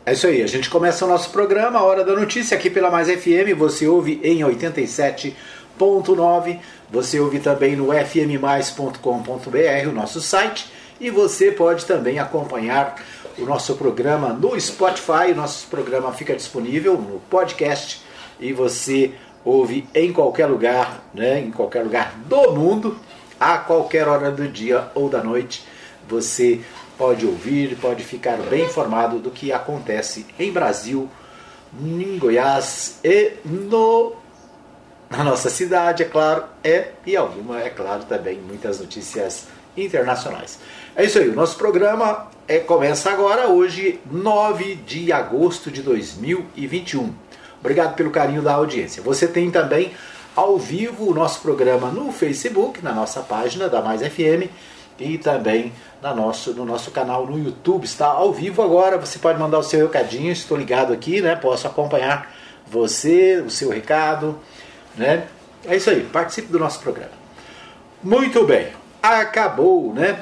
É isso aí, a gente começa o nosso programa, a Hora da Notícia, aqui pela Mais FM, você ouve em 87.9, você ouve também no fmmais.com.br, o nosso site, e você pode também acompanhar o nosso programa no Spotify. O nosso programa fica disponível no podcast e você ouve em qualquer lugar, né, em qualquer lugar do mundo, a qualquer hora do dia ou da noite, você pode ouvir, pode ficar bem informado do que acontece em Brasil, em Goiás e na nossa cidade, é claro, e alguma, é claro, também muitas notícias internacionais. É isso aí, o nosso programa começa agora, hoje, 9 de agosto de 2021. Obrigado pelo carinho da audiência. Você tem também ao vivo o nosso programa no Facebook, na nossa página da Mais FM, e também no nosso canal no YouTube. Está ao vivo agora, você pode mandar o seu recadinho, estou ligado aqui, né? Posso acompanhar você, o seu recado, né? É isso aí, participe do nosso programa. Muito bem, acabou, né?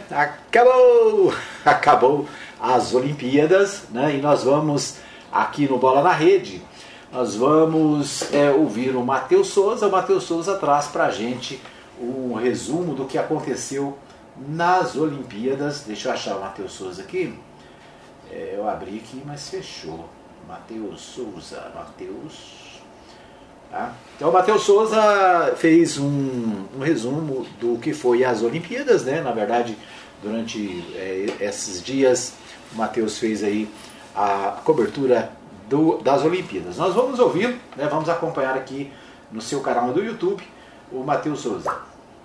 Acabou as Olimpíadas, né? E nós vamos aqui no Bola na Rede, nós vamos ouvir o Matheus Souza. O Matheus Souza traz pra gente um resumo do que aconteceu nas Olimpíadas. Deixa eu achar o Matheus Souza aqui. Eu abri aqui, mas fechou. Matheus Souza. Tá? Então o Matheus Souza fez um resumo do que foi as Olimpíadas, né? Na verdade, durante esses dias, o Matheus fez aí a cobertura das Olimpíadas. Nós vamos ouvir, né? Vamos acompanhar aqui no seu canal do YouTube o Matheus Souza.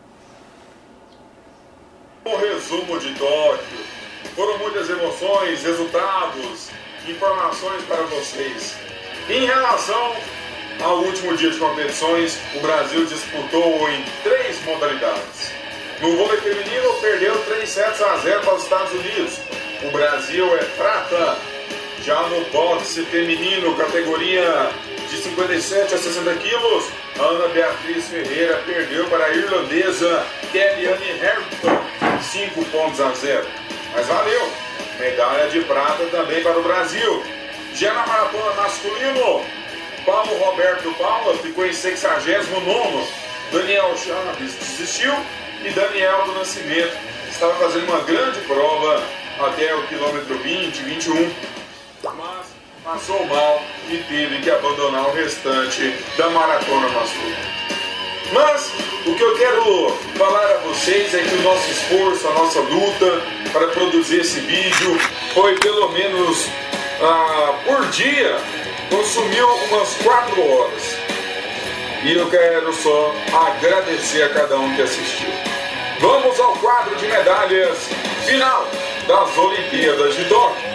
O resumo de Tóquio. Foram muitas emoções, resultados, informações para vocês. Em relação ao último dia de competições, o Brasil disputou em 3 modalidades. No vôlei feminino, perdeu 3-0 para os Estados Unidos. O Brasil é prata. Já no boxe feminino, categoria de 57 a 60 quilos, Ana Beatriz Ferreira perdeu para a irlandesa Kellyanne Harrington 5-0. Mas valeu! Medalha de prata também para o Brasil. Já na maratona masculino, Paulo Roberto Paula ficou em 69º. Daniel Chaves desistiu e Daniel do Nascimento estava fazendo uma grande prova até o quilômetro 20, 21. Mas passou mal e teve que abandonar o restante da maratona masculina. Mas o que eu quero falar a vocês é que o nosso esforço, a nossa luta para produzir esse vídeo foi pelo menos por dia, consumiu umas 4 horas. E eu quero só agradecer a cada um que assistiu. Vamos ao quadro de medalhas final das Olimpíadas de Tóquio.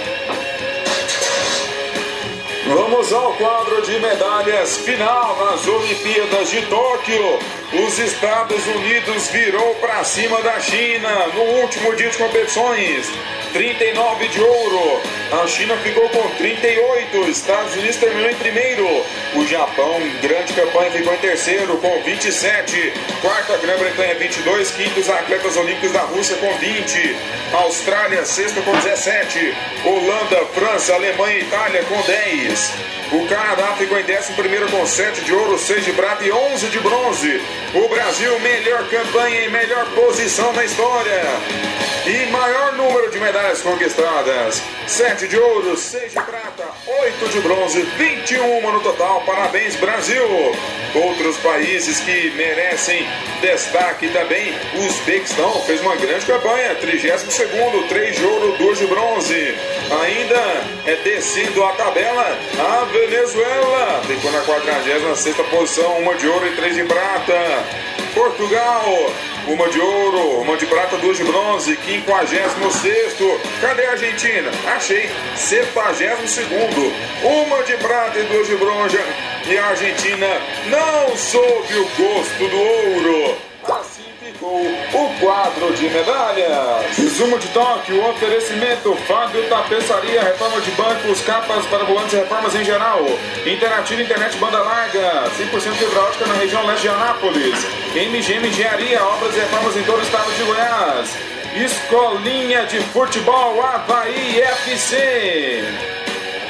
Vamos ao quadro de medalhas final nas Olimpíadas de Tóquio. Os Estados Unidos virou para cima da China no último dia de competições. 39 de ouro. A China ficou com 38. Os Estados Unidos terminou em primeiro. O Japão, grande campanha, ficou em terceiro com 27. Quarta, a Grã-Bretanha, 22. Quinto, os atletas olímpicos da Rússia com 20. Austrália, sexta com 17. Holanda, França, Alemanha e Itália com 10. O Canadá ficou em 11º com 7 de ouro, 6 de prata e 11 de bronze. O Brasil, melhor campanha e melhor posição na história. E maior número de medalhas conquistadas. 7 de ouro, 6 de prata, 8 de bronze, 21 no total. Parabéns, Brasil! Outros países que merecem destaque também. O Uzbequistão fez uma grande campanha. 32º, 3 de ouro, 2 de bronze. Ainda descendo a tabela, a Venezuela ficou na 46ª posição, 1 de ouro e 3 de prata. Portugal, 1 de ouro, 1 de prata, 2 de bronze, 56º. Cadê a Argentina? Achei, 72º, 1 de prata e 2 de bronze. E a Argentina não soube o gosto do ouro. Assim ficou o quadro de medalhas. Resumo de Tóquio, oferecimento Fábio Tapeçaria, reforma de bancos, capas para volantes e reformas em geral. Interativo, internet banda larga, 100% fibra ótica na região leste de Anápolis. MGM Engenharia, obras e reformas em todo o estado de Goiás. Escolinha de futebol Avaí FC.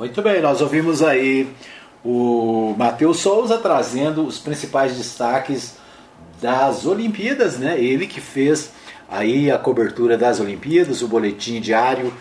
Muito bem, nós ouvimos aí o Matheus Souza trazendo os principais destaques das Olimpíadas, né? Ele que fez aí a cobertura das Olimpíadas, o boletim diário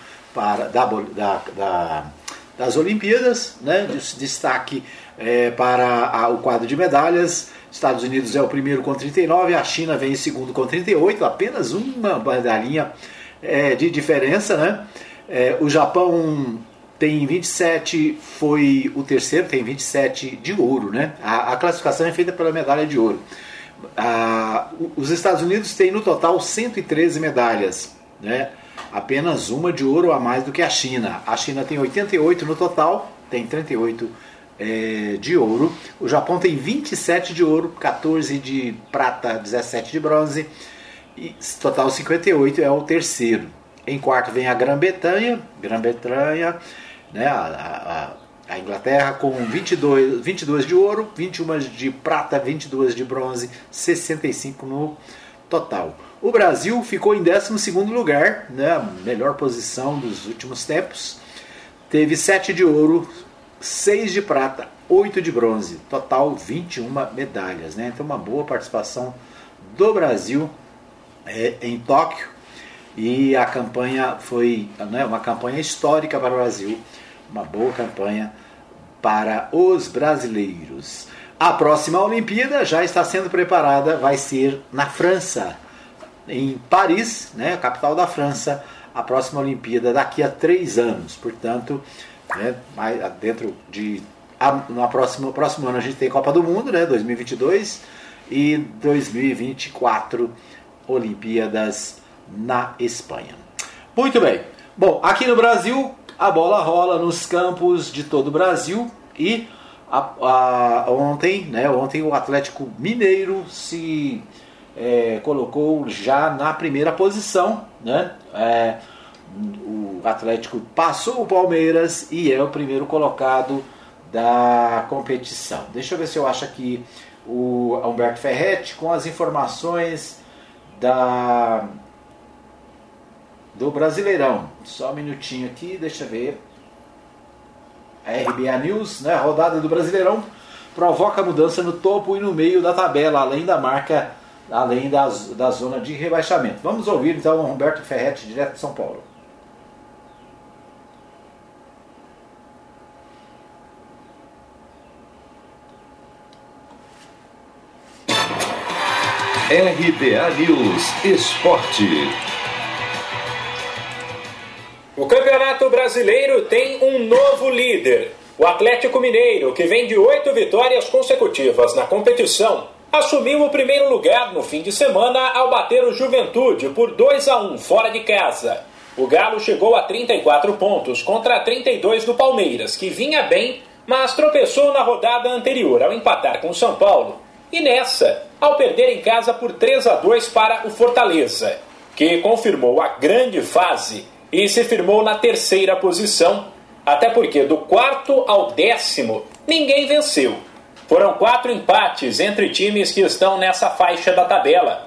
das Olimpíadas, né? Destaque para o quadro de medalhas. Estados Unidos é o primeiro com 39, a China vem em segundo com 38, apenas uma medalhinha de diferença, né? O Japão tem 27, foi o terceiro, tem 27 de ouro, né? A classificação é feita pela medalha de ouro. Os Estados Unidos têm no total 113 medalhas, né? Apenas uma de ouro a mais do que a China. A China tem 88 no total, tem 38 de ouro. O Japão tem 27 de ouro, 14 de prata, 17 de bronze, e total 58, é o terceiro. Em quarto vem a Grã-Bretanha, né, a Inglaterra com 22 de ouro, 21 de prata, 22 de bronze, 65 no total. O Brasil ficou em 12º lugar, né, a melhor posição dos últimos tempos. Teve 7 de ouro, 6 de prata, 8 de bronze, total 21 medalhas, né? Então uma boa participação do Brasil em Tóquio, e a campanha foi, né, uma campanha histórica para o Brasil, uma boa campanha para os brasileiros. A próxima Olimpíada já está sendo preparada, vai ser na França, em Paris, né, a capital da França, a próxima Olimpíada daqui a 3 anos, portanto, né, no próximo ano a gente tem Copa do Mundo, né, 2022, e 2024 Olimpíadas na Espanha. Muito bem. Bom, aqui no Brasil a bola rola nos campos de todo o Brasil, e ontem o Atlético Mineiro se colocou já na primeira posição, né? O Atlético passou o Palmeiras e é o primeiro colocado da competição. Deixa eu ver se eu acho aqui o Humberto Ferretti com as informações do Brasileirão. Só um minutinho aqui, deixa eu ver. A RBA News, né? A rodada do Brasileirão provoca mudança no topo e no meio da tabela, além da marca, além da zona de rebaixamento. Vamos ouvir então o Humberto Ferretti, direto de São Paulo. RBA News Esporte. O Campeonato Brasileiro tem um novo líder. O Atlético Mineiro, que vem de 8 vitórias consecutivas na competição, assumiu o primeiro lugar no fim de semana ao bater o Juventude por 2-1 fora de casa. O Galo chegou a 34 pontos contra 32 do Palmeiras, que vinha bem, mas tropeçou na rodada anterior ao empatar com o São Paulo. E nessa, ao perder em casa por 3-2 para o Fortaleza, que confirmou a grande fase e se firmou na terceira posição, até porque do 4º ao 10º ninguém venceu. Foram 4 empates entre times que estão nessa faixa da tabela.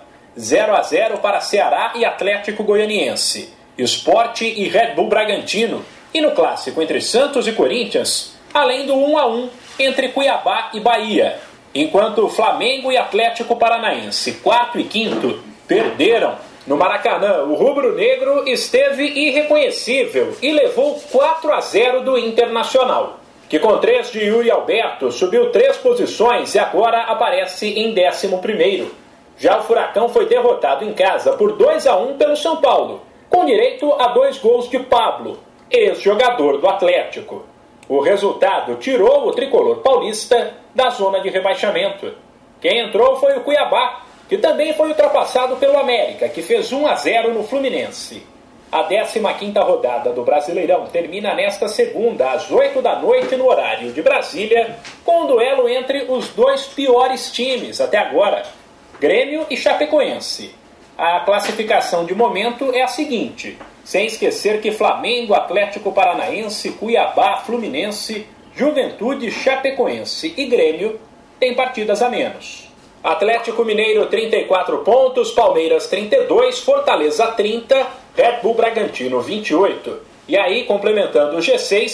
0-0 para Ceará e Atlético Goianiense, Sport e Red Bull Bragantino, e no clássico entre Santos e Corinthians, além do 1-1 entre Cuiabá e Bahia, enquanto Flamengo e Atlético Paranaense, 4º e 5º, perderam. No Maracanã, o rubro-negro esteve irreconhecível e levou 4-0 do Internacional, que com 3 de Yuri Alberto subiu 3 posições e agora aparece em 11º. Já o Furacão foi derrotado em casa por 2-1 pelo São Paulo, com direito a 2 gols de Pablo, ex-jogador do Atlético. O resultado tirou o tricolor paulista da zona de rebaixamento. Quem entrou foi o Cuiabá, que também foi ultrapassado pelo América, que fez 1-0 no Fluminense. A 15ª rodada do Brasileirão termina nesta segunda, às 8 da noite, no horário de Brasília, com um duelo entre os 2 piores times até agora, Grêmio e Chapecoense. A classificação de momento é a seguinte, sem esquecer que Flamengo, Atlético Paranaense, Cuiabá, Fluminense, Juventude, Chapecoense e Grêmio têm partidas a menos. Atlético Mineiro 34 pontos, Palmeiras 32, Fortaleza 30, Red Bull Bragantino 28. E aí, complementando o G6,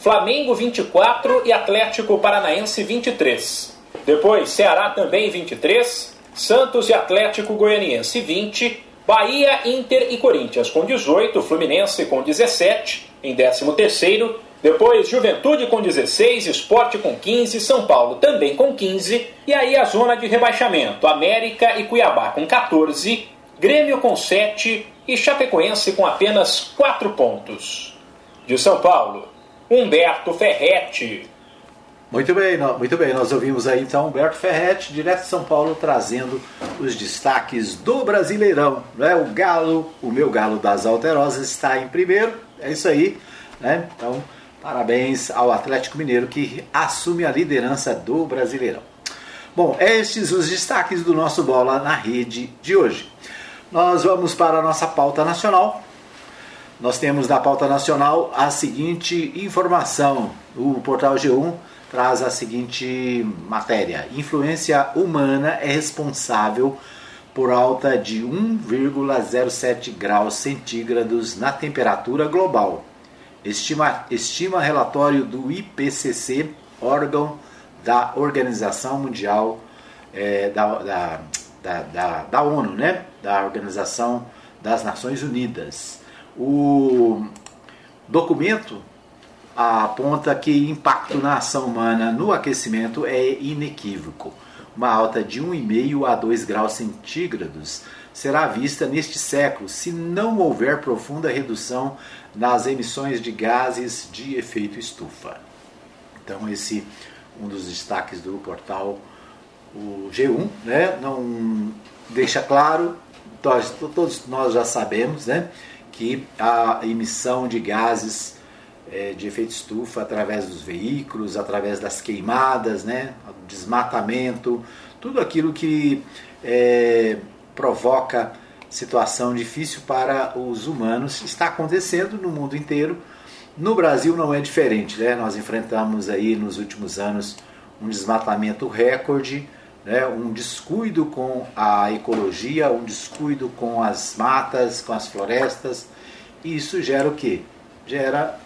Flamengo 24 e Atlético Paranaense 23. Depois, Ceará também 23, Santos e Atlético Goianiense 20, Bahia, Inter e Corinthians com 18, Fluminense com 17, em 13º, depois Juventude com 16, Sport com 15, São Paulo também com 15, e aí a zona de rebaixamento, América e Cuiabá com 14, Grêmio com 7 e Chapecoense com apenas 4 pontos. De São Paulo, Humberto Ferretti. Muito bem, nós ouvimos aí então Humberto Ferretti, direto de São Paulo, trazendo os destaques do Brasileirão, né? O meu Galo das Alterosas está em primeiro, é isso aí, né? Então, parabéns ao Atlético Mineiro que assume a liderança do Brasileirão. Bom, estes os destaques do nosso Bola na Rede de hoje. Nós vamos para a nossa pauta nacional. Nós temos na pauta nacional a seguinte informação, o portal G1 traz a seguinte matéria: influência humana é responsável por alta de 1,07 graus centígrados na temperatura global. Estima relatório do IPCC, órgão da Organização Mundial da ONU, né? Da Organização das Nações Unidas. O documento aponta que impacto na ação humana no aquecimento é inequívoco. Uma alta de 1,5 a 2 graus centígrados será vista neste século se não houver profunda redução nas emissões de gases de efeito estufa. Então esse um dos destaques do portal o G1, né? Não deixa claro, todos nós já sabemos, né, que a emissão de gases de efeito estufa através dos veículos, através das queimadas, né, desmatamento, tudo aquilo que provoca situação difícil para os humanos, está acontecendo no mundo inteiro. No Brasil não é diferente, né? Nós enfrentamos aí nos últimos anos um desmatamento recorde, né? Um descuido com a ecologia, um descuido com as matas, com as florestas, e isso gera o quê? Gera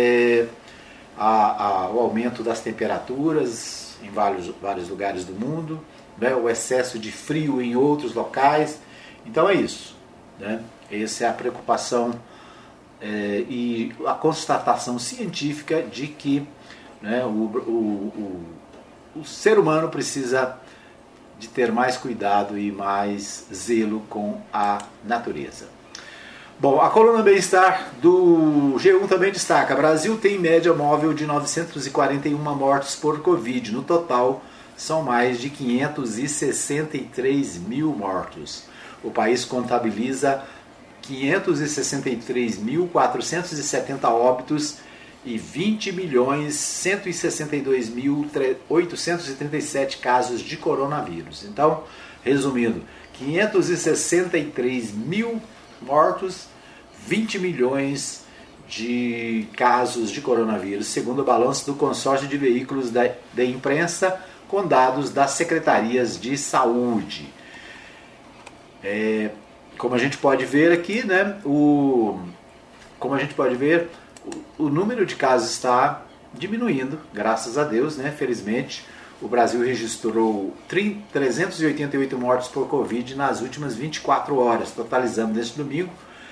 o aumento das temperaturas em vários lugares do mundo, né? O excesso de frio em outros locais. Então é isso, né? Essa é a preocupação e a constatação científica de que, né, o ser humano precisa de ter mais cuidado e mais zelo com a natureza. Bom, a coluna Bem-Estar do G1 também destaca: Brasil tem média móvel de 941 mortes por Covid. No total, são mais de 563 mil mortos. O país contabiliza 563.470 óbitos e 20.162.837 casos de coronavírus. Então, resumindo, 563 mil mortos, 20 milhões de casos de coronavírus, segundo o balanço do consórcio de veículos da imprensa, com dados das secretarias de saúde. Como a gente pode ver aqui, né, o número de casos está diminuindo, graças a Deus, né, felizmente. O Brasil registrou 388 mortes por Covid nas últimas 24 horas, totalizando neste domingo,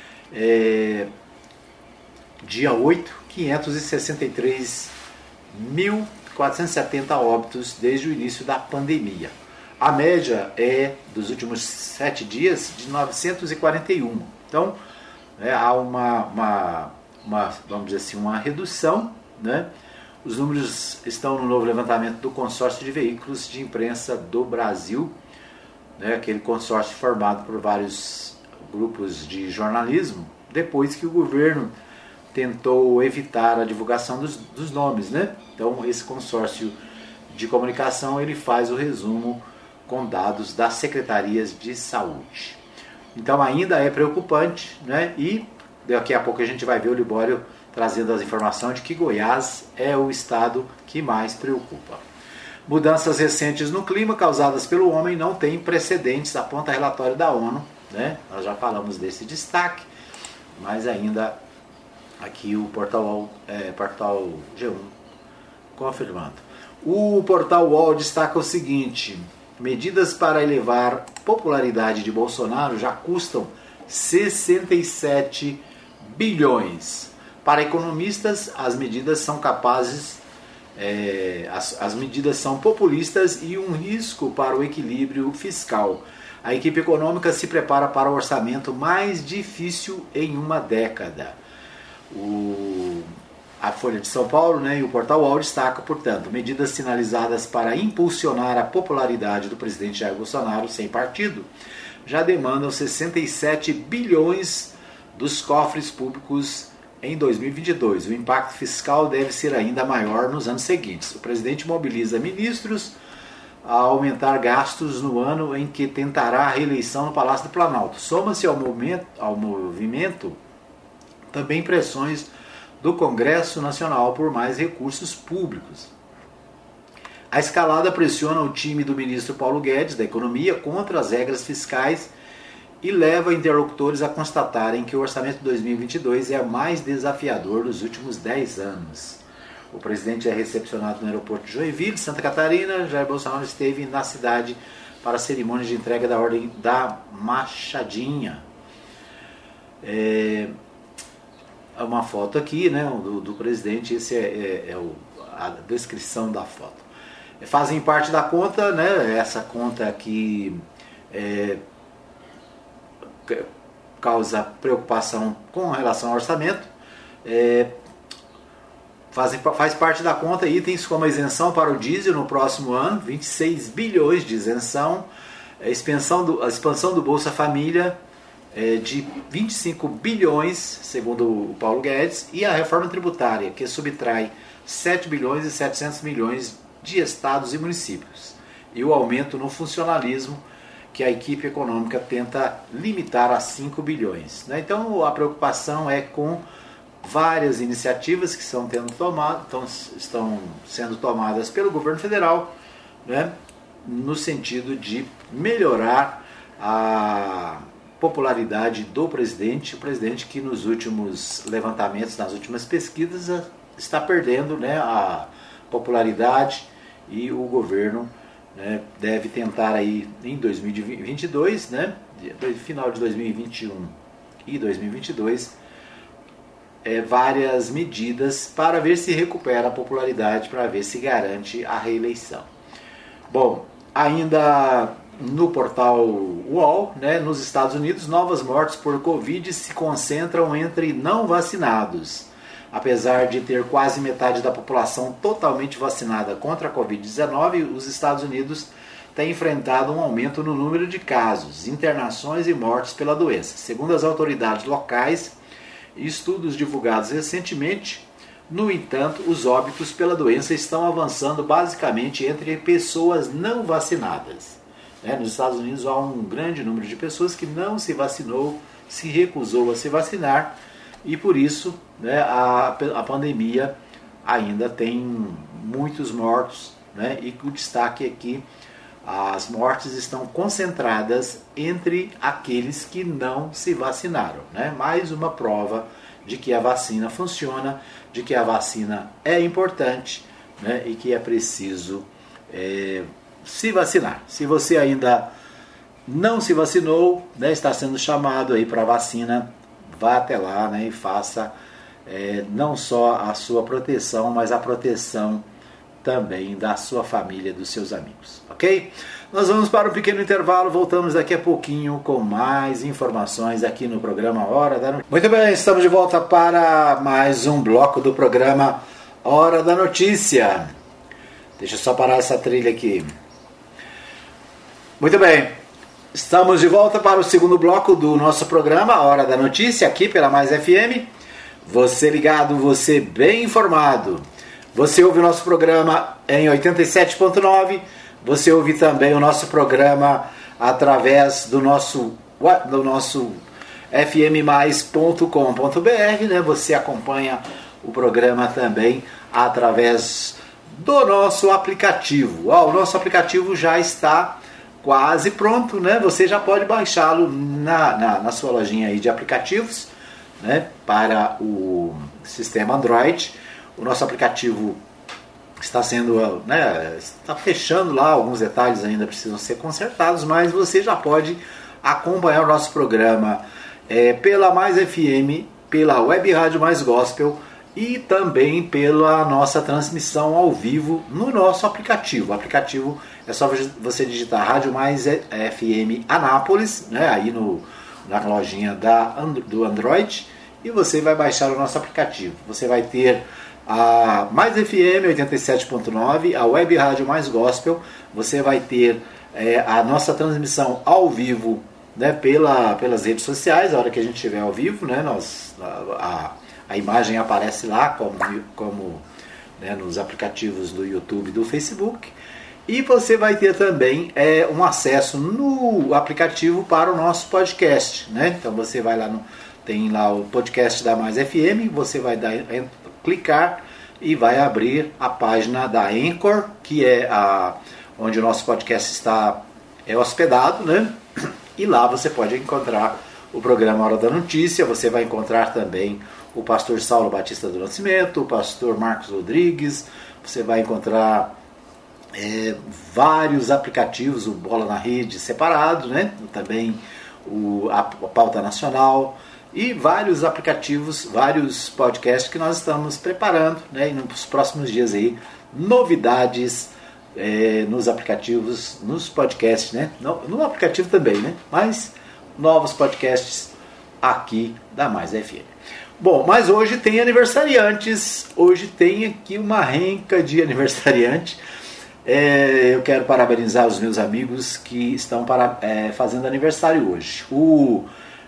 dia 8, 563.470 óbitos desde o início da pandemia. A média dos últimos 7 dias de 941. Então, há vamos dizer assim, uma redução, né? Os números estão no novo levantamento do consórcio de veículos de imprensa do Brasil, né? Aquele consórcio formado por vários grupos de jornalismo, depois que o governo tentou evitar a divulgação dos nomes, né? Então, esse consórcio de comunicação, ele faz o resumo com dados das secretarias de saúde. Então ainda é preocupante, né? E daqui a pouco a gente vai ver o Libório trazendo as informações de que Goiás é o estado que mais preocupa. Mudanças recentes no clima causadas pelo homem não têm precedentes, aponta relatório da ONU, né? Nós já falamos desse destaque, mas ainda Aqui o portal G1 confirmando. O portal UOL destaca o seguinte: medidas para elevar popularidade de Bolsonaro já custam 67 bilhões. Para economistas, as medidas são as medidas são populistas e um risco para o equilíbrio fiscal. A equipe econômica se prepara para o orçamento mais difícil em uma década. A Folha de São Paulo, e o portal UOL destaca, portanto, medidas sinalizadas para impulsionar a popularidade do presidente Jair Bolsonaro sem partido já demandam 67 bilhões dos cofres públicos em 2022. O impacto fiscal deve ser ainda maior nos anos seguintes. O presidente mobiliza ministros a aumentar gastos no ano em que tentará a reeleição no Palácio do Planalto. Soma-se ao movimento também pressões do Congresso Nacional por mais recursos públicos. A escalada pressiona o time do ministro Paulo Guedes, da Economia, contra as regras fiscais e leva interlocutores a constatarem que o orçamento de 2022 é o mais desafiador dos últimos 10 anos. O presidente é recepcionado no aeroporto de Joinville, Santa Catarina. Jair Bolsonaro esteve na cidade para a cerimônia de entrega da Ordem da Machadinha. Uma foto aqui, do presidente. Esse é a descrição da foto. Fazem parte da conta, essa conta aqui causa preocupação com relação ao orçamento. Faz parte da conta itens como a isenção para o diesel no próximo ano, 26 bilhões de isenção, a expansão do Bolsa Família de 25 bilhões, segundo o Paulo Guedes, e a reforma tributária, que subtrai 7 bilhões e 700 milhões de estados e municípios, e o aumento no funcionalismo, que a equipe econômica tenta limitar a 5 bilhões. Então a preocupação é com várias iniciativas que estão sendo tomadas pelo governo federal, no sentido de melhorar a popularidade do presidente, o presidente que nos últimos levantamentos, nas últimas pesquisas, está perdendo a popularidade, e o governo deve tentar aí em 2022, final de 2021 e 2022, várias medidas para ver se recupera a popularidade, para ver se garante a reeleição. Bom, ainda no portal UOL, nos Estados Unidos, novas mortes por Covid se concentram entre não vacinados. Apesar de ter quase metade da população totalmente vacinada contra a Covid-19, os Estados Unidos têm enfrentado um aumento no número de casos, internações e mortes pela doença. Segundo as autoridades locais e estudos divulgados recentemente, no entanto, os óbitos pela doença estão avançando basicamente entre pessoas não vacinadas. Nos Estados Unidos há um grande número de pessoas que não se vacinou, se recusou a se vacinar, e por isso a pandemia ainda tem muitos mortos, e o destaque é que as mortes estão concentradas entre aqueles que não se vacinaram. Mais uma prova de que a vacina funciona, de que a vacina é importante, e que é preciso se vacinar. Se você ainda não se vacinou, está sendo chamado aí para a vacina, vá até lá, e faça não só a sua proteção, mas a proteção também da sua família, dos seus amigos, ok? Nós vamos para um pequeno intervalo, voltamos daqui a pouquinho com mais informações aqui no programa Hora da Notícia. Muito bem, estamos de volta para mais um bloco do programa Hora da Notícia. Deixa eu só parar essa trilha aqui. Muito bem, estamos de volta para o segundo bloco do nosso programa Hora da Notícia, aqui pela Mais FM. Você ligado, você bem informado. Você ouve o nosso programa em 87.9, você ouve também o nosso programa através do nosso fmmais.com.br, Você acompanha o programa também através do nosso aplicativo. O nosso aplicativo já está quase pronto, Você já pode baixá-lo na sua lojinha aí de aplicativos, né, para o sistema Android. O nosso aplicativo está sendo, né, está fechando lá, alguns detalhes ainda precisam ser consertados, mas você já pode acompanhar o nosso programa pela Mais FM, pela Web Rádio Mais Gospel e também pela nossa transmissão ao vivo no nosso aplicativo. O aplicativo é só você digitar Rádio Mais FM Anápolis, né, aí na lojinha do Android, e você vai baixar o nosso aplicativo. Você vai ter a Mais FM 87.9, a Web Rádio Mais Gospel, você vai ter a nossa transmissão ao vivo, né, pelas redes sociais. A hora que a gente estiver ao vivo, né, a imagem aparece lá como né, nos aplicativos do YouTube e do Facebook. E você vai ter também um acesso no aplicativo para o nosso podcast, né? Então você vai lá, tem lá o podcast da Mais FM, você vai clicar e vai abrir a página da Anchor, que é onde o nosso podcast está hospedado, né? E lá você pode encontrar o programa Hora da Notícia, você vai encontrar também o pastor Saulo Batista do Nascimento, o pastor Marcos Rodrigues, você vai encontrar vários aplicativos, o Bola na Rede separado, né? Também a Pauta Nacional e vários aplicativos, vários podcasts que nós estamos preparando, né? E nos próximos dias aí, novidades nos aplicativos, nos podcasts, né? No aplicativo também, né? Mas novos podcasts aqui da Mais FM. Bom, mas hoje tem aniversariantes, hoje tem aqui uma renca de aniversariante. Eu quero parabenizar os meus amigos que estão fazendo aniversário hoje. O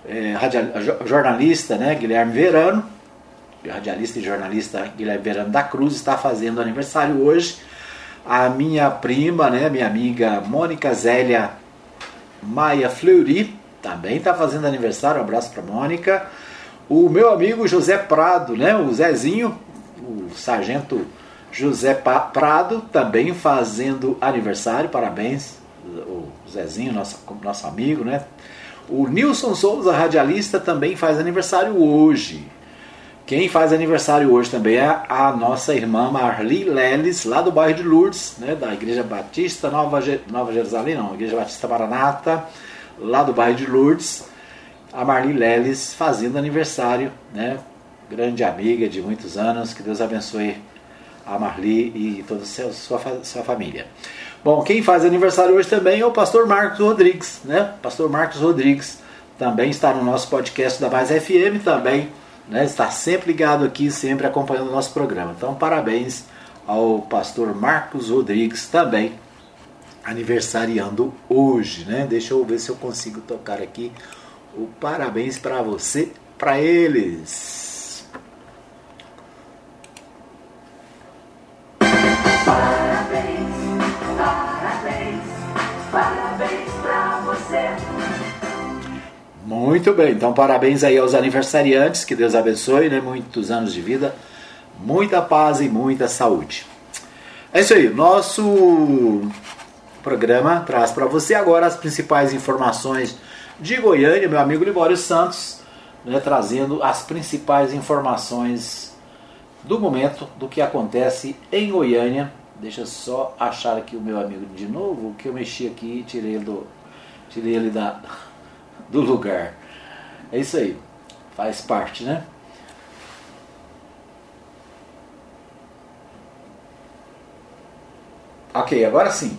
jornalista, né, Guilherme Verano, radialista e jornalista Guilherme Verano da Cruz, está fazendo aniversário hoje. A minha prima, né, minha amiga Mônica Zélia Maia Fleury, também está fazendo aniversário. Um abraço para Mônica. O meu amigo José Prado, né, o Zezinho, o sargento José Prado, também fazendo aniversário. Parabéns, o Zezinho, nosso amigo, né? O Nilson Souza, radialista, também faz aniversário hoje. Quem faz aniversário hoje também é a nossa irmã Marli Leles, lá do bairro de Lourdes, né, da Igreja Batista Nova Jerusalém, não, Igreja Batista Maranata, lá do bairro de Lourdes. A Marli Leles fazendo aniversário, né? Grande amiga de muitos anos, que Deus abençoe a Marli e toda a sua família. Bom, quem faz aniversário hoje também é o pastor Marcos Rodrigues, né? Pastor Marcos Rodrigues também está no nosso podcast da Mais FM também, né? Está sempre ligado aqui, sempre acompanhando o nosso programa. Então, parabéns ao pastor Marcos Rodrigues também, aniversariando hoje, né? Deixa eu ver se eu consigo tocar aqui o parabéns para você, para eles. Parabéns, parabéns, parabéns pra você. Muito bem, então parabéns aí aos aniversariantes, que Deus abençoe, né? Muitos anos de vida, muita paz e muita saúde. É isso aí, nosso programa traz para você agora as principais informações de Goiânia, meu amigo Libório Santos, né, trazendo as principais informações do momento, do que acontece em Goiânia. Deixa eu só achar aqui o meu amigo de novo, que eu mexi aqui e tirei ele do lugar. É isso aí, faz parte, né? Ok, agora sim.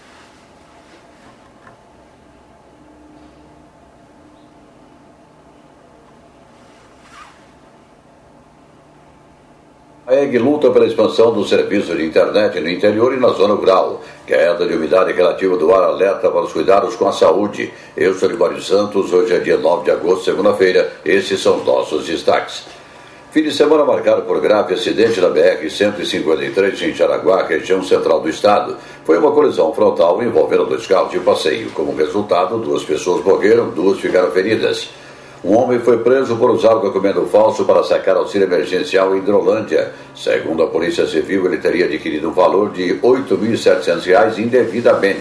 A EG luta pela expansão do serviço de internet no interior e na zona rural. Queda de umidade relativa do ar alerta para os cuidados com a saúde. Eu sou Libório Santos, hoje é dia 9 de agosto, segunda-feira. Esses são nossos destaques. Fim de semana marcado por grave acidente na BR-153 em Jaraguá, região central do estado. Foi uma colisão frontal envolvendo 2 carros de passeio. Como resultado, 2 pessoas morreram, 2 ficaram feridas. Um homem foi preso por usar o documento falso para sacar auxílio emergencial em Hidrolândia. Segundo a Polícia Civil, ele teria adquirido um valor de R$ 8.700 indevidamente.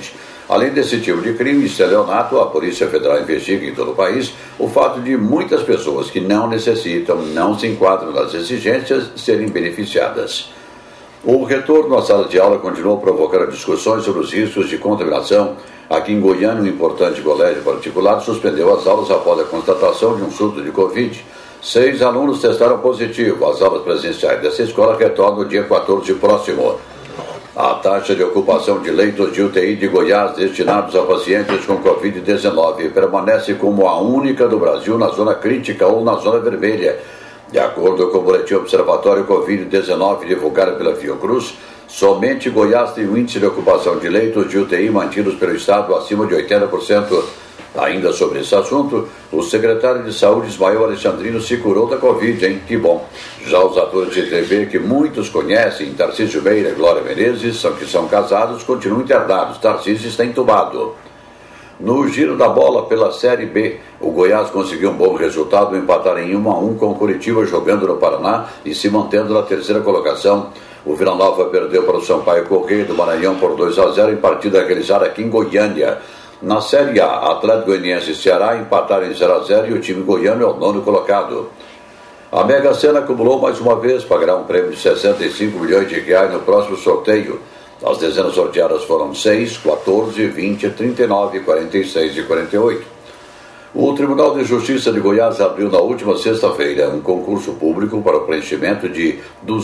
Além desse tipo de crime e estelionato, a Polícia Federal investiga em todo o país o fato de muitas pessoas que não necessitam, não se enquadram nas exigências, serem beneficiadas. O retorno à sala de aula continuou provocando discussões sobre os riscos de contaminação. Aqui em Goiânia, um importante colégio particular suspendeu as aulas após a constatação de um surto de Covid. 6 alunos testaram positivo. As aulas presenciais dessa escola retornam no dia 14 próximo. A taxa de ocupação de leitos de UTI de Goiás destinados a pacientes com Covid-19 permanece como a única do Brasil na zona crítica ou na zona vermelha. De acordo com o boletim Observatório Covid-19 divulgado pela Fiocruz, somente Goiás tem um índice de ocupação de leitos de UTI mantidos pelo Estado acima de 80%. Ainda sobre esse assunto, o secretário de Saúde, Ismael Alexandrino, se curou da Covid, hein? Que bom. Já os atores de TV que muitos conhecem, Tarcísio Meira e Glória Menezes, que são casados, continuam internados. Tarcísio está entubado. No giro da bola pela Série B, o Goiás conseguiu um bom resultado ao empatar em 1-1 com o Curitiba jogando no Paraná e se mantendo na terceira colocação. O Vila Nova perdeu para o Sampaio Corrêa do Maranhão por 2-0 em partida realizada aqui em Goiânia. Na Série A, Atlético Goianiense e Ceará empataram em 0-0 e o time goiano é o 9º colocado. A Mega Sena acumulou mais uma vez, pagará um prêmio de 65 milhões de reais no próximo sorteio. As dezenas sorteadas foram 6, 14, 20, 39, 46 e 48. O Tribunal de Justiça de Goiás abriu na última sexta-feira um concurso público para o preenchimento de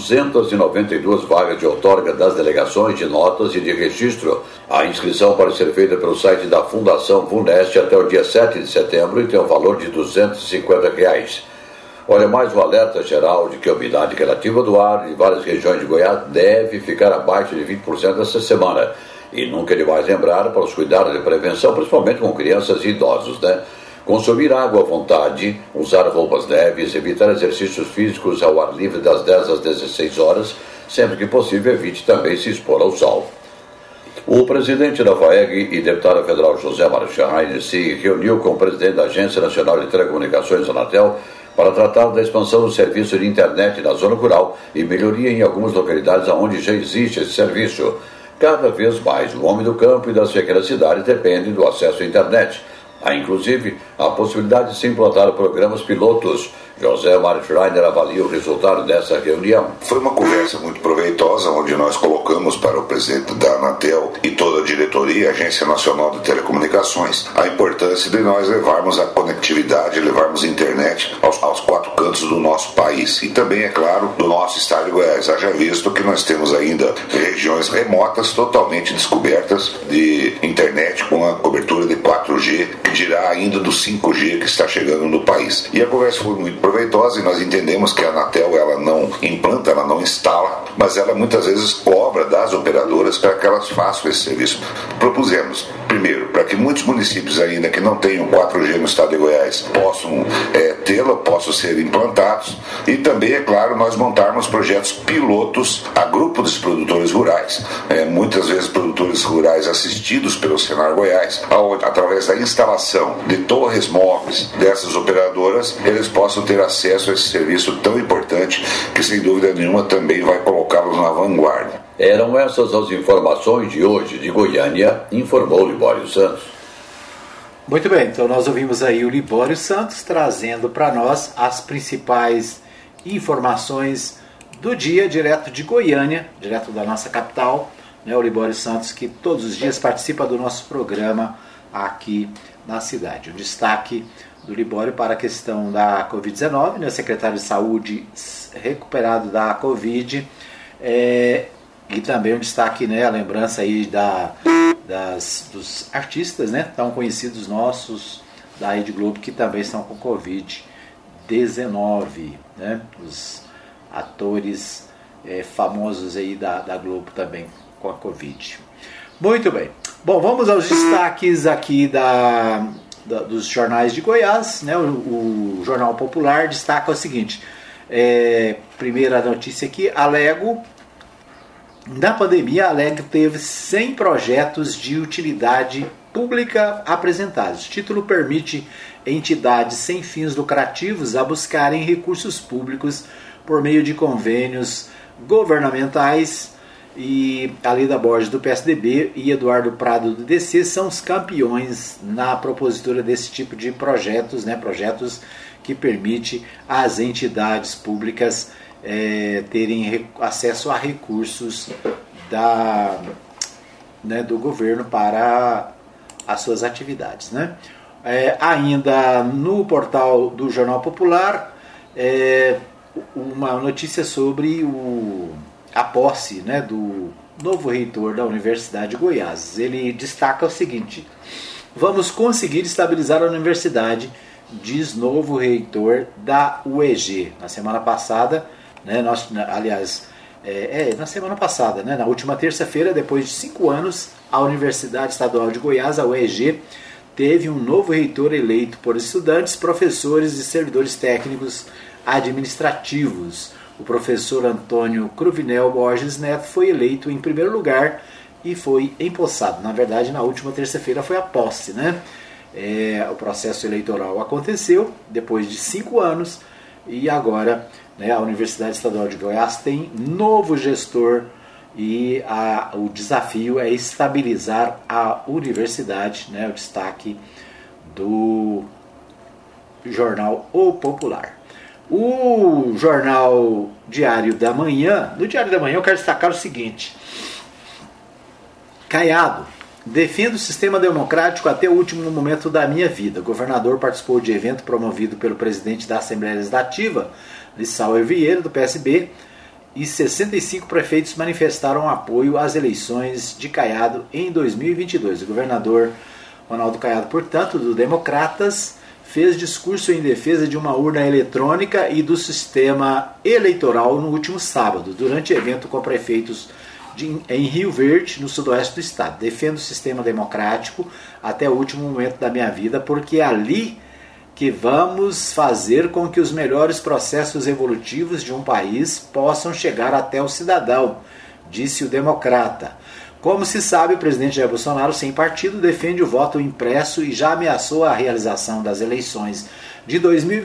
292 vagas de outorga das delegações de notas e de registro. A inscrição pode ser feita pelo site da Fundação Funeste até o dia 7 de setembro e tem um valor de R$ 250. Olha, mais um alerta geral de que a umidade relativa do ar em várias regiões de Goiás deve ficar abaixo de 20% essa semana. E nunca é demais lembrar para os cuidados de prevenção, principalmente com crianças e idosos, né? Consumir água à vontade, usar roupas leves, evitar exercícios físicos ao ar livre das 10 às 16 horas, sempre que possível evite também se expor ao sol. O presidente da FAEG e deputado federal José Mário Schreiner se reuniu com o presidente da Agência Nacional de Telecomunicações, Anatel, para tratar da expansão do serviço de internet na zona rural e melhoria em algumas localidades onde já existe esse serviço. Cada vez mais o homem do campo e das pequenas cidades dependem do acesso à internet. Há, inclusive, a possibilidade de se implantar programas pilotos. José Mário Schreiner avalia o resultado dessa reunião. Foi uma conversa muito proveitosa, onde nós colocamos para o presidente da Anatel e toda a diretoria, a Agência Nacional de Telecomunicações, a importância de nós levarmos a conectividade, levarmos a internet aos 4 cantos do nosso país. E também, é claro, do nosso estado de Goiás. Haja visto que nós temos ainda regiões remotas totalmente descobertas de internet com a cobertura de 4G, que dirá ainda do 5G que está chegando no país. E a conversa foi muito proveitosa e nós entendemos que a Anatel ela não implanta, ela não instala, mas ela muitas vezes cobra das operadoras para que elas façam esse serviço. Propusemos, primeiro, para que muitos municípios ainda que não tenham 4G no estado de Goiás possam tê-la, possam ser implantados, e também, é claro, nós montarmos projetos pilotos a grupos de produtores rurais, muitas vezes produtores rurais assistidos pelo Senar Goiás, através da instalação de torres móveis dessas operadoras, eles possam ter acesso a esse serviço tão importante que, sem dúvida nenhuma, também vai colocá-los na vanguarda. Eram essas as informações de hoje de Goiânia, informou Libório Santos. Muito bem, então nós ouvimos aí o Libório Santos trazendo para nós as principais informações do dia, direto de Goiânia, direto da nossa capital, né, o Libório Santos, que todos os dias participa do nosso programa aqui na cidade. O destaque do Libório para a questão da Covid-19, né, o secretário de Saúde recuperado da Covid, e também um destaque, né, a lembrança aí dos artistas, né, tão conhecidos nossos da Rede Globo que também estão com Covid-19, né, os atores famosos aí da Globo também com a Covid. Muito bem. Bom, vamos aos destaques aqui dos jornais de Goiás, né? O Jornal Popular destaca o seguinte, primeira notícia aqui, Alego, na pandemia, a Alego teve 100 projetos de utilidade pública apresentados. O título permite entidades sem fins lucrativos a buscarem recursos públicos por meio de convênios governamentais e a Leda Borges do PSDB e Eduardo Prado do DC são os campeões na propositura desse tipo de projetos, né, projetos que permitem às entidades públicas terem acesso a recursos do governo para as suas atividades, né? Ainda no portal do Jornal Popular, uma notícia sobre a posse, né, do novo reitor da Universidade de Goiás. Ele destaca o seguinte: vamos conseguir estabilizar a universidade, diz novo reitor da UEG. Na semana passada, né, na semana passada, né, na última terça-feira, depois de 5 anos, a Universidade Estadual de Goiás, a UEG, teve um novo reitor eleito por estudantes, professores e servidores técnicos administrativos. O professor Antônio Cruvinel Borges Neto foi eleito em primeiro lugar e foi empossado. Na verdade, na última terça-feira foi a posse, né? O processo eleitoral aconteceu depois de 5 anos e agora, né, a Universidade Estadual de Goiás tem novo gestor e o desafio é estabilizar a universidade, né? O destaque do jornal O Popular. O jornal Diário da Manhã, no Diário da Manhã eu quero destacar o seguinte: Caiado, defendo o sistema democrático até o último momento da minha vida. O governador participou de evento promovido pelo presidente da Assembleia Legislativa, Lissauer Vieira, do PSB, e 65 prefeitos manifestaram apoio às eleições de Caiado em 2022. O governador Ronaldo Caiado, portanto, do Democratas, fez discurso em defesa de uma urna eletrônica e do sistema eleitoral no último sábado, durante evento com prefeitos em Rio Verde, no sudoeste do estado. Defendo o sistema democrático até o último momento da minha vida, porque é ali que vamos fazer com que os melhores processos evolutivos de um país possam chegar até o cidadão, disse o democrata. Como se sabe, o presidente Jair Bolsonaro, sem partido, defende o voto impresso e já ameaçou a realização das eleições de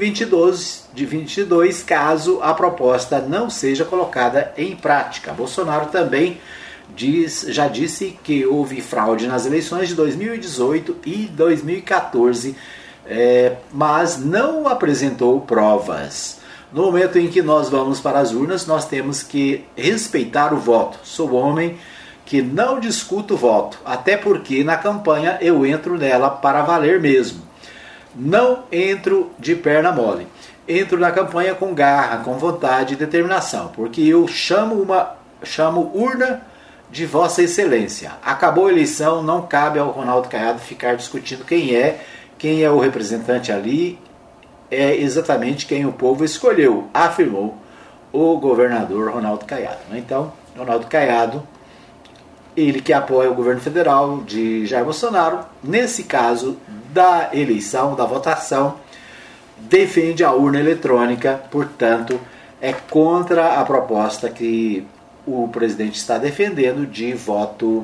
2022, caso a proposta não seja colocada em prática. Bolsonaro também já disse que houve fraude nas eleições de 2018 e 2014, mas não apresentou provas. No momento em que nós vamos para as urnas, nós temos que respeitar o voto. Sou homem que não discuto o voto, até porque na campanha eu entro nela para valer mesmo. Não entro de perna mole. Entro na campanha com garra, com vontade e determinação, porque eu chamo urna de Vossa Excelência. Acabou a eleição, não cabe ao Ronaldo Caiado ficar discutindo quem é o representante ali, é exatamente quem o povo escolheu, afirmou o governador Ronaldo Caiado. Então, Ronaldo Caiado, ele que apoia o governo federal de Jair Bolsonaro, nesse caso da eleição, da votação, defende a urna eletrônica, portanto, é contra a proposta que o presidente está defendendo de voto,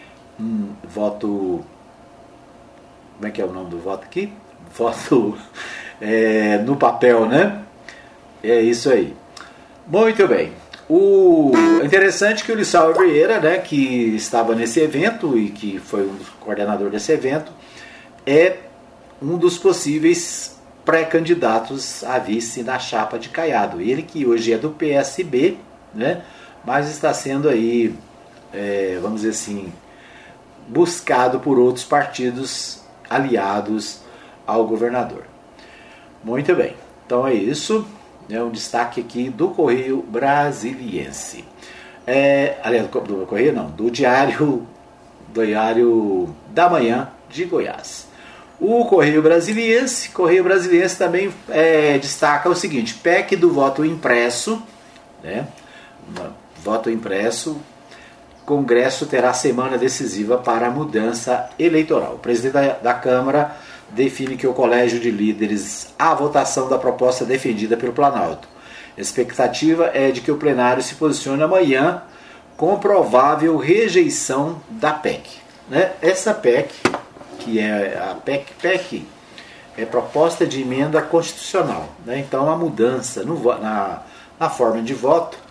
como é que é o nome do voto aqui? Voto no papel, né? É isso aí. Muito bem. É interessante que o Lissauer Vieira, né, que estava nesse evento e que foi um dos coordenadores desse evento, é um dos possíveis pré-candidatos a vice na chapa de Caiado. Ele que hoje é do PSB, né, mas está sendo aí, vamos dizer assim, buscado por outros partidos aliados ao governador. Muito bem, então é isso. É um destaque aqui do Correio Brasiliense. Aliás, do Correio não, do Diário da Manhã de Goiás. O Correio Brasiliense também destaca o seguinte: PEC do voto impresso, né? Voto impresso, Congresso terá semana decisiva para a mudança eleitoral. O presidente da Câmara define que o Colégio de Líderes a votação da proposta defendida pelo Planalto. A expectativa é de que o plenário se posicione amanhã com provável rejeição da PEC. Né? Essa PEC, que é a PEC é proposta de emenda constitucional. Né? Então a mudança na forma de voto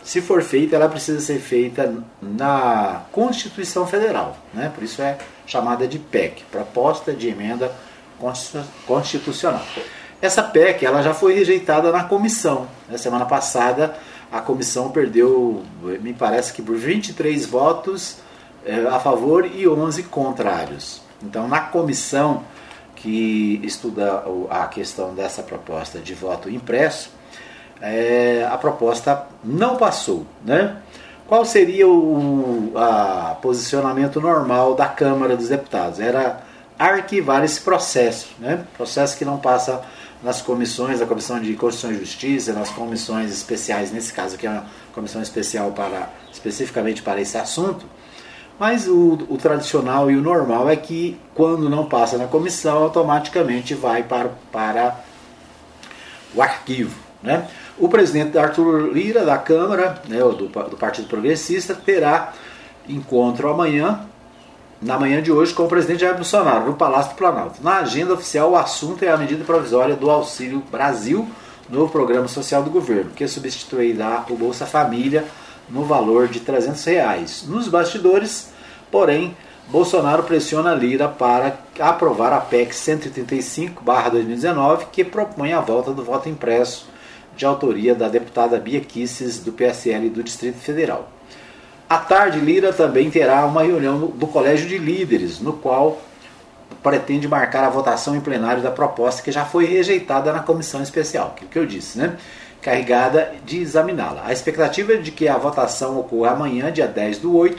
se for feita, ela precisa ser feita na Constituição Federal, né? Por isso é chamada de PEC, Proposta de Emenda Constitucional. Essa PEC ela já foi rejeitada na comissão. Na semana passada, a comissão perdeu, me parece que por 23 votos a favor e 11 contrários. Então, na comissão que estuda a questão dessa proposta de voto impresso, a proposta não passou, né? Qual seria o posicionamento normal da Câmara dos Deputados? Era arquivar esse processo, né? Processo que não passa nas comissões, a Comissão de Constituição e Justiça, nas comissões especiais, nesse caso aqui é uma comissão especial especificamente para esse assunto, mas o tradicional e o normal é que quando não passa na comissão, automaticamente vai para o arquivo, né? O presidente Arthur Lira, da Câmara, né, do Partido Progressista, terá encontro amanhã, na manhã de hoje, com o presidente Jair Bolsonaro, no Palácio do Planalto. Na agenda oficial, o assunto é a medida provisória do Auxílio Brasil, novo programa social do governo, que substituirá o Bolsa Família no valor de R$300. Nos bastidores, porém, Bolsonaro pressiona Lira para aprovar a PEC 135/2019, que propõe a volta do voto impresso, de autoria da deputada Bia Kicis, do PSL do Distrito Federal. À tarde, Lira também terá uma reunião do Colégio de Líderes, no qual pretende marcar a votação em plenário da proposta que já foi rejeitada na comissão especial, que é o que eu disse, né? Carregada de examiná-la. A expectativa é de que a votação ocorra amanhã, dia 10/8.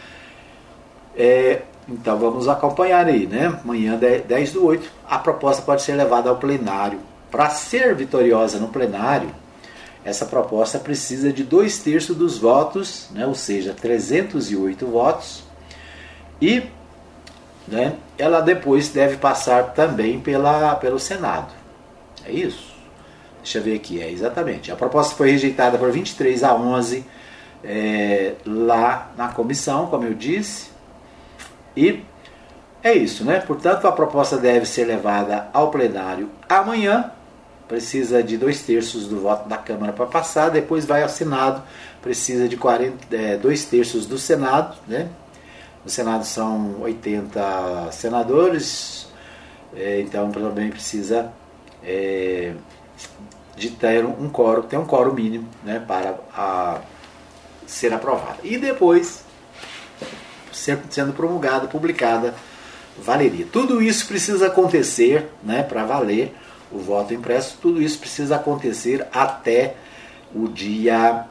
Então vamos acompanhar aí, né? Amanhã, 10/8, a proposta pode ser levada ao plenário. Para ser vitoriosa no plenário, essa proposta precisa de 2/3 dos votos, né, ou seja, 308 votos, e, né, ela depois deve passar também pelo Senado. É isso? Deixa eu ver aqui, exatamente. A proposta foi rejeitada por 23/11 lá na comissão, como eu disse, e é isso, né? Portanto, a proposta deve ser levada ao plenário amanhã. Precisa de 2/3 do voto da Câmara para passar, depois vai ao Senado, precisa de 2/3 do Senado, né? No Senado são 80 senadores, então também precisa de ter um quórum mínimo, né, para ser aprovada. E depois, sendo promulgada, publicada, valeria. Tudo isso precisa acontecer, né, para valer o voto impresso, tudo isso precisa acontecer até o dia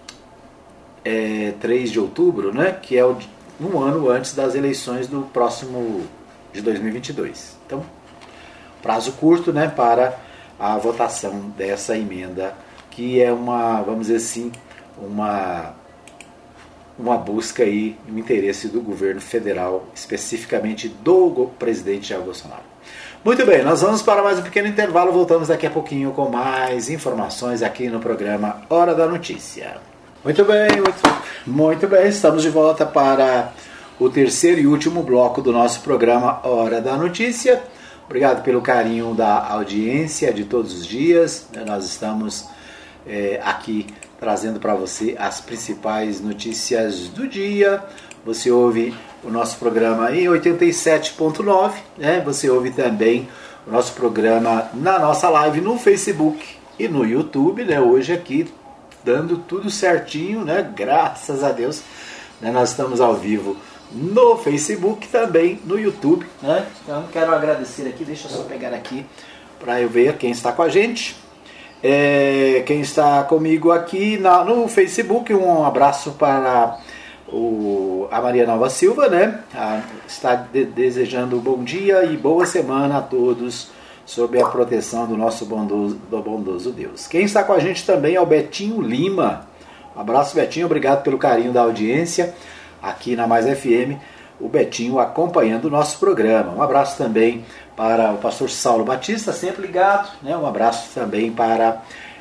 3 de outubro, né, que é um ano antes das eleições do próximo de 2022. Então, prazo curto, né, para a votação dessa emenda, que é vamos dizer assim, uma busca aí, um interesse do governo federal, especificamente do presidente Jair Bolsonaro. Muito bem, nós vamos para mais um pequeno intervalo, voltamos daqui a pouquinho com mais informações aqui no programa Hora da Notícia. Muito bem, estamos de volta para o terceiro e último bloco do nosso programa Hora da Notícia. Obrigado pelo carinho da audiência de todos os dias. Nós estamos aqui trazendo para você as principais notícias do dia. Você ouve o nosso programa em 87.9, né? Você ouve também o nosso programa na nossa live no Facebook e no YouTube, né? Hoje aqui dando tudo certinho, né? Graças a Deus, né? Nós estamos ao vivo no Facebook, também no YouTube, né? Então quero agradecer aqui, deixa eu só pegar aqui para eu ver quem está com a gente. Quem está comigo aqui no Facebook, um abraço para a Maria Nova Silva, né? Está desejando bom dia e boa semana a todos, sob a proteção do nosso bondoso Deus. Quem está com a gente também é o Betinho Lima. Um abraço, Betinho, obrigado pelo carinho da audiência aqui na Mais FM. O Betinho acompanhando o nosso programa. Um abraço também para o pastor Saulo Batista, sempre ligado, né? Um abraço também para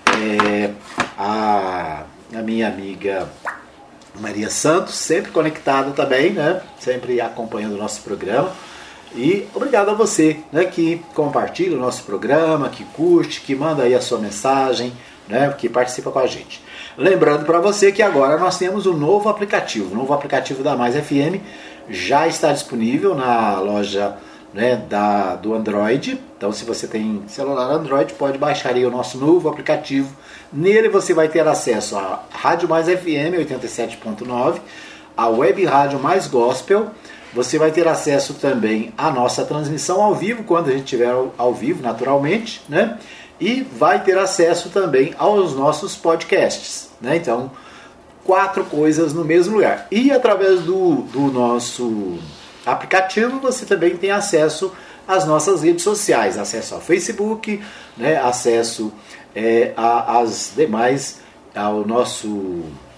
a minha amiga Maria Santos, sempre conectada também, né? Sempre acompanhando o nosso programa. E obrigado a você, né, que compartilha o nosso programa, que curte, que manda aí a sua mensagem né, que participa com a gente. Lembrando para você que agora nós temos um novo aplicativo. O novo aplicativo da Mais FM já está disponível na loja, né, do Android. Então, se você tem celular Android, pode baixar aí o nosso novo aplicativo. Nele você vai ter acesso à Rádio Mais FM 87.9, a Web Rádio Mais Gospel. Você vai ter acesso também à nossa transmissão ao vivo, quando a gente estiver ao vivo, naturalmente, né? E vai ter acesso também aos nossos podcasts, né? Então, 4 coisas no mesmo lugar. E através do nosso aplicativo, você também tem acesso às nossas redes sociais, acesso ao Facebook, né? Acesso às demais, ao nosso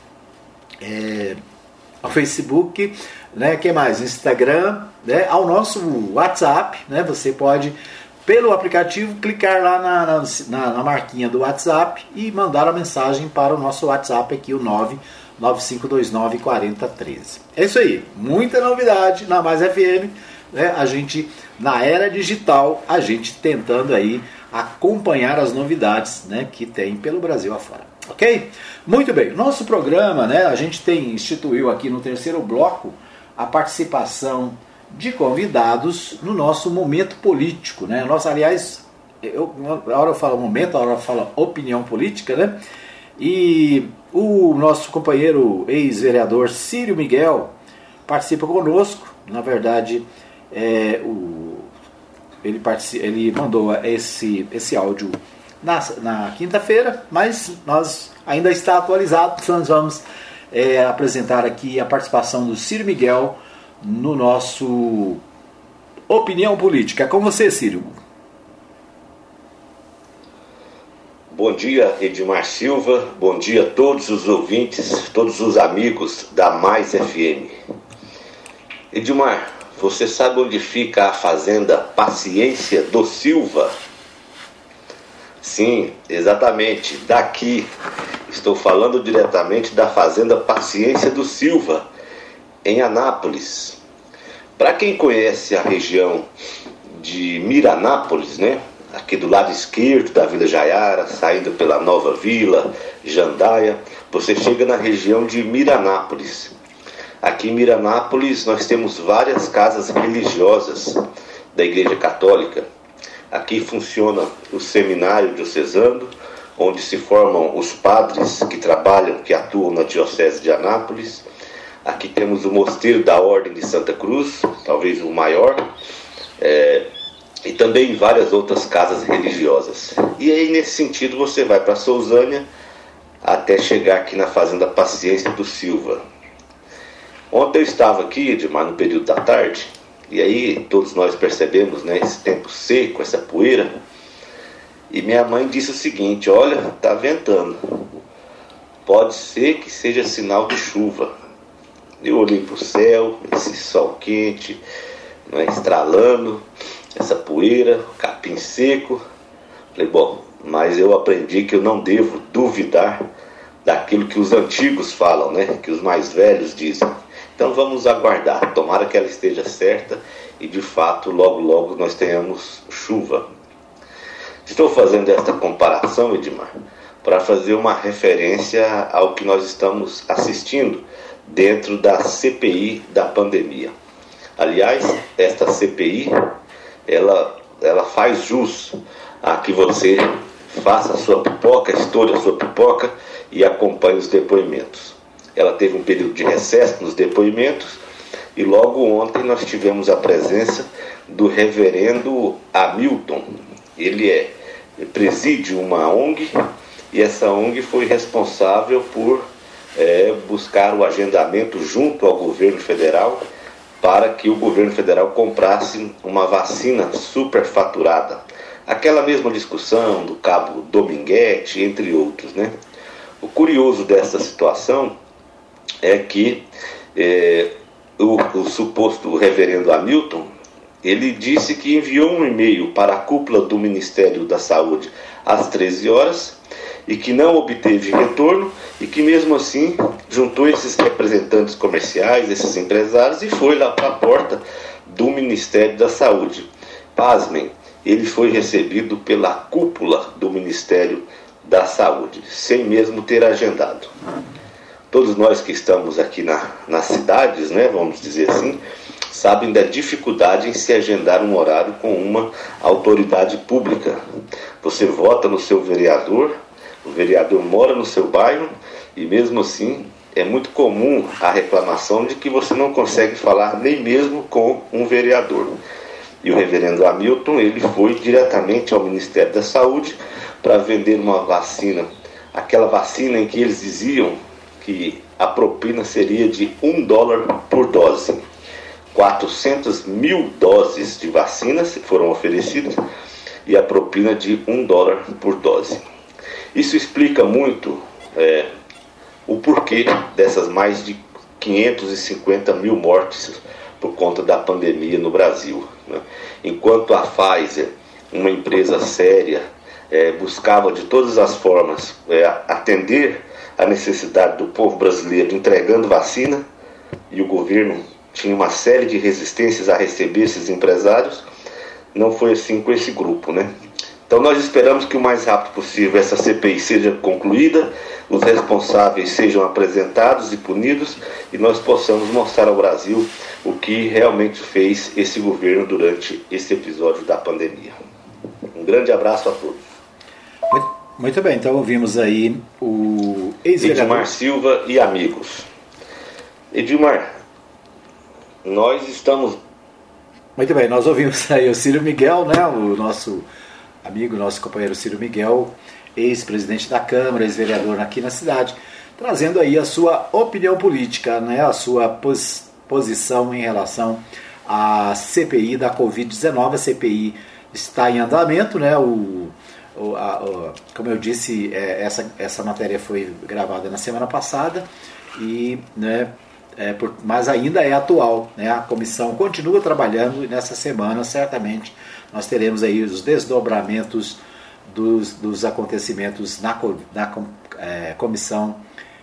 ao Facebook, né? Que mais? Instagram, né? Ao nosso WhatsApp, né? Você pode, pelo aplicativo, clicar lá na marquinha do WhatsApp e mandar a mensagem para o nosso WhatsApp aqui, o 995294013. É isso aí, muita novidade na Mais FM, né? A gente, na era digital, a gente tentando aí acompanhar as novidades, né, que tem pelo Brasil afora. Ok? Muito bem, nosso programa, né, a gente instituiu aqui no terceiro bloco a participação de convidados no nosso momento político, né? Nossa, aliás, a hora eu falo momento, a hora eu falo opinião política, né? E o nosso companheiro ex-vereador Círio Miguel participa conosco. Na verdade, ele mandou esse áudio na quinta-feira, mas nós ainda está atualizado, então nós vamos apresentar aqui a participação do Círio Miguel no nosso Opinião Política. É com você, Círio. Bom dia, Edmar Silva. Bom dia a todos os ouvintes, todos os amigos da Mais FM. Edmar, você sabe onde fica a fazenda Paciência do Silva? Sim, exatamente, daqui. Estou falando diretamente da fazenda Paciência do Silva, em Anápolis. Para quem conhece a região de Miranápolis, né? Aqui do lado esquerdo da Vila Jaiara, saindo pela Nova Vila, Jandaia, você chega na região de Miranápolis. Aqui em Miranápolis nós temos várias casas religiosas da Igreja Católica. Aqui funciona o seminário diocesano, onde se formam os padres que trabalham, que atuam na Diocese de Anápolis. Aqui temos o Mosteiro da Ordem de Santa Cruz, talvez o maior, e também várias outras casas religiosas. E aí, nesse sentido, você vai para Sousânia até chegar aqui na Fazenda Paciência do Silva. Ontem eu estava aqui, Edmar, no período da tarde, e aí todos nós percebemos, né, esse tempo seco, essa poeira, e minha mãe disse o seguinte: olha, está ventando, pode ser que seja sinal de chuva. Eu olhei para o céu, esse sol quente, né, estralando, essa poeira, capim seco. Falei, bom, mas eu aprendi que eu não devo duvidar daquilo que os antigos falam, né, que os mais velhos dizem. Então vamos aguardar, tomara que ela esteja certa e de fato logo logo nós tenhamos chuva. Estou fazendo esta comparação, Edmar, para fazer uma referência ao que nós estamos assistindo dentro da CPI da pandemia. Aliás, esta CPI, ela faz jus a que você faça a sua pipoca, estoure a sua pipoca e acompanhe os depoimentos. Ela teve um período de recesso nos depoimentos e logo ontem nós tivemos a presença do reverendo Hamilton. Ele preside uma ONG e essa ONG foi responsável por buscar o agendamento junto ao governo federal para que o governo federal comprasse uma vacina superfaturada. Aquela mesma discussão do cabo Dominguete, entre outros, né? O curioso dessa situação é que o suposto reverendo Hamilton, ele disse que enviou um e-mail para a cúpula do Ministério da Saúde às 13 horas e que não obteve retorno e que mesmo assim juntou esses representantes comerciais, esses empresários e foi lá para a porta do Ministério da Saúde. Pasmem, ele foi recebido pela cúpula do Ministério da Saúde, sem mesmo ter agendado. Todos nós que estamos aqui nas cidades, né, vamos dizer assim, sabem da dificuldade em se agendar um horário com uma autoridade pública. Você vota no seu vereador, o vereador mora no seu bairro e mesmo assim é muito comum a reclamação de que você não consegue falar nem mesmo com um vereador. E o reverendo Hamilton, ele foi diretamente ao Ministério da Saúde para vender uma vacina, aquela vacina em que eles diziam que a propina seria de $1 por dose. 400 mil doses de vacinas foram oferecidas e a propina de $1 por dose. Isso explica muito o porquê dessas mais de 550 mil mortes por conta da pandemia no Brasil, né? Enquanto a Pfizer, uma empresa séria, buscava de todas as formas atender a necessidade do povo brasileiro entregando vacina, e o governo tinha uma série de resistências a receber esses empresários, não foi assim com esse grupo, né? Então nós esperamos que o mais rápido possível essa CPI seja concluída, os responsáveis sejam apresentados e punidos e nós possamos mostrar ao Brasil o que realmente fez esse governo durante esse episódio da pandemia. Um grande abraço a todos. Muito bem, então ouvimos aí o ex-vereador Edmar Silva e amigos. Edmar, nós estamos... Muito bem, nós ouvimos aí o Ciro Miguel, né, o nosso amigo, nosso companheiro Ciro Miguel, ex-presidente da Câmara, ex-vereador aqui na cidade, trazendo aí a sua opinião política, né, a sua posição em relação à CPI da Covid-19. A CPI está em andamento, né, como eu disse, essa matéria foi gravada na semana passada, e, né, mas ainda é atual, né? A comissão continua trabalhando e nessa semana certamente nós teremos aí os desdobramentos dos acontecimentos na comissão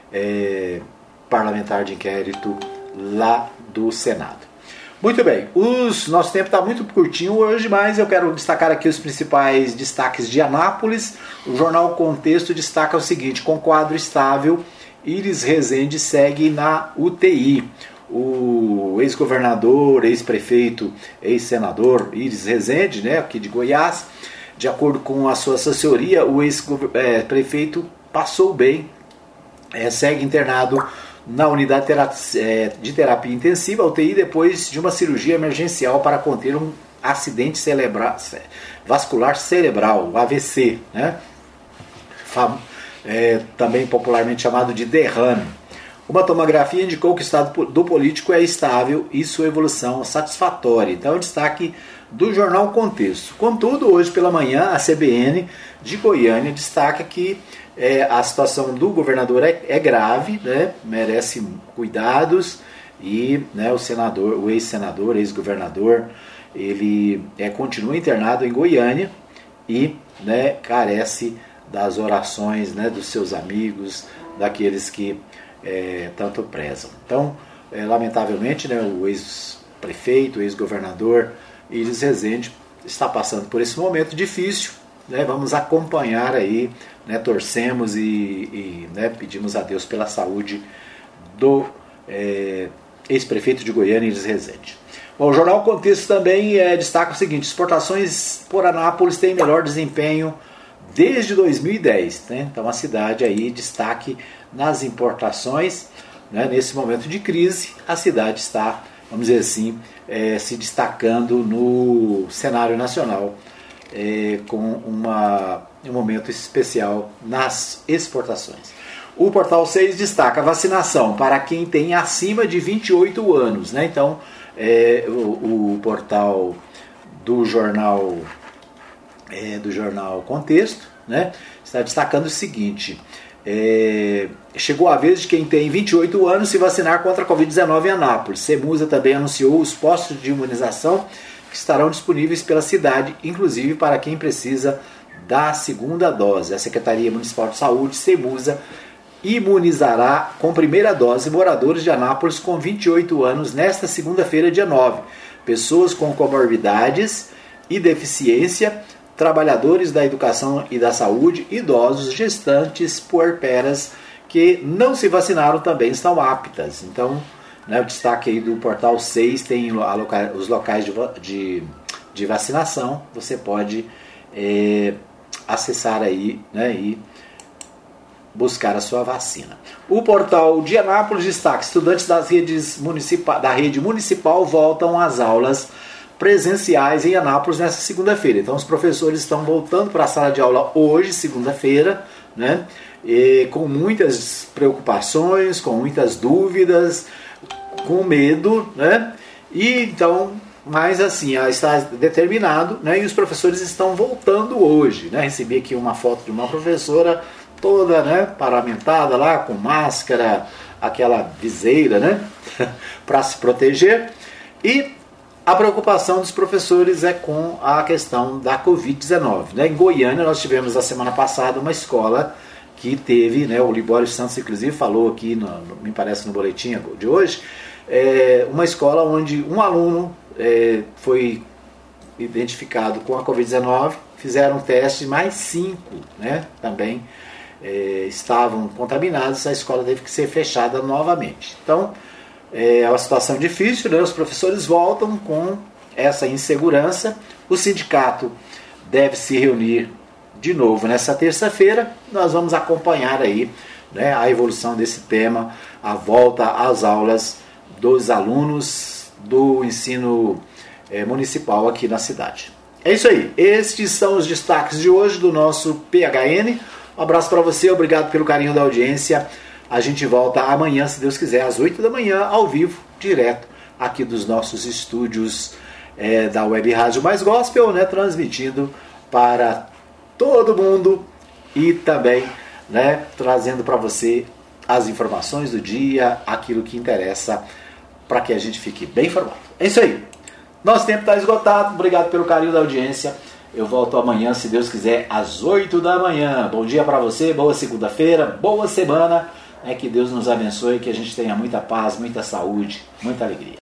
parlamentar de inquérito lá do Senado. Muito bem, nosso tempo está muito curtinho hoje, mas eu quero destacar aqui os principais destaques de Anápolis. O jornal Contexto destaca o seguinte: com quadro estável, Iris Rezende segue na UTI. O ex-governador, ex-prefeito, ex-senador Iris Rezende, né, aqui de Goiás, de acordo com a sua assessoria, o ex-prefeito passou bem, segue internado na unidade de terapia intensiva, UTI, depois de uma cirurgia emergencial para conter um acidente vascular cerebral, o AVC, né? Também popularmente chamado de derrame. Uma tomografia indicou que o estado do político é estável e sua evolução satisfatória. Então, o destaque do jornal Contexto. Contudo, hoje pela manhã, a CBN de Goiânia destaca que a situação do governador é grave, né, merece cuidados, e, né, o ex-senador, ex-governador, ele continua internado em Goiânia e, né, carece das orações, né, dos seus amigos, daqueles que tanto prezam. Então, lamentavelmente, né, o ex-prefeito, o ex-governador Iris Rezende está passando por esse momento difícil, né? Vamos acompanhar aí, né, torcemos e né, pedimos a Deus pela saúde do ex-prefeito de Goiânia, Iris Rezende. Bom, o jornal Contexto também destaca o seguinte: exportações por Anápolis têm melhor desempenho desde 2010, né? Então a cidade aí destaque nas importações, né? Nesse momento de crise, a cidade está, vamos dizer assim, se destacando no cenário nacional, com um momento especial nas exportações. O Portal 6 destaca a vacinação para quem tem acima de 28 anos, né? Então, o portal do jornal Contexto, né, está destacando o seguinte: chegou a vez de quem tem 28 anos se vacinar contra a Covid-19 em Anápolis. Semusa também anunciou os postos de imunização que estarão disponíveis pela cidade, inclusive para quem precisa da segunda dose. A Secretaria Municipal de Saúde, Semusa, imunizará com primeira dose moradores de Anápolis com 28 anos nesta segunda-feira, dia 9. Pessoas com comorbidades e deficiência trabalhadores da educação e da saúde, idosos, gestantes, puerperas que não se vacinaram também estão aptas. Então, né, o destaque aí do portal 6 tem os locais de vacinação. Você pode acessar aí, né, e buscar a sua vacina. O portal de Anápolis destaca: estudantes da rede municipal voltam às aulas presenciais em Anápolis nesta segunda-feira. Então os professores estão voltando para a sala de aula hoje, segunda-feira, né? E com muitas preocupações, com muitas dúvidas, com medo, né? E então, mas assim, está determinado, né? E os professores estão voltando hoje, né? Recebi aqui uma foto de uma professora toda, né, paramentada lá, com máscara, aquela viseira, né, para se proteger. E a preocupação dos professores é com a questão da Covid-19. Né? Em Goiânia, nós tivemos a semana passada uma escola que teve, né, o Libório Santos, inclusive, falou aqui, me parece no boletim de hoje, uma escola onde um aluno foi identificado com a Covid-19, fizeram um teste, mais 5, né, também estavam contaminados, a escola teve que ser fechada novamente. Então, é uma situação difícil, né? Os professores voltam com essa insegurança. O sindicato deve se reunir de novo nessa terça-feira. Nós vamos acompanhar aí, né, a evolução desse tema, a volta às aulas dos alunos do ensino municipal aqui na cidade. É isso aí. Estes são os destaques de hoje do nosso PHN. Um abraço para você, obrigado pelo carinho da audiência. A gente volta amanhã, se Deus quiser, às 8 da manhã, ao vivo, direto aqui dos nossos estúdios da Web Rádio Mais Gospel, né, transmitindo para todo mundo e também, né, trazendo para você as informações do dia, aquilo que interessa para que a gente fique bem informado. É isso aí. Nosso tempo está esgotado. Obrigado pelo carinho da audiência. Eu volto amanhã, se Deus quiser, às 8 da manhã. Bom dia para você, boa segunda-feira, boa semana. Que Deus nos abençoe, que a gente tenha muita paz, muita saúde, muita alegria.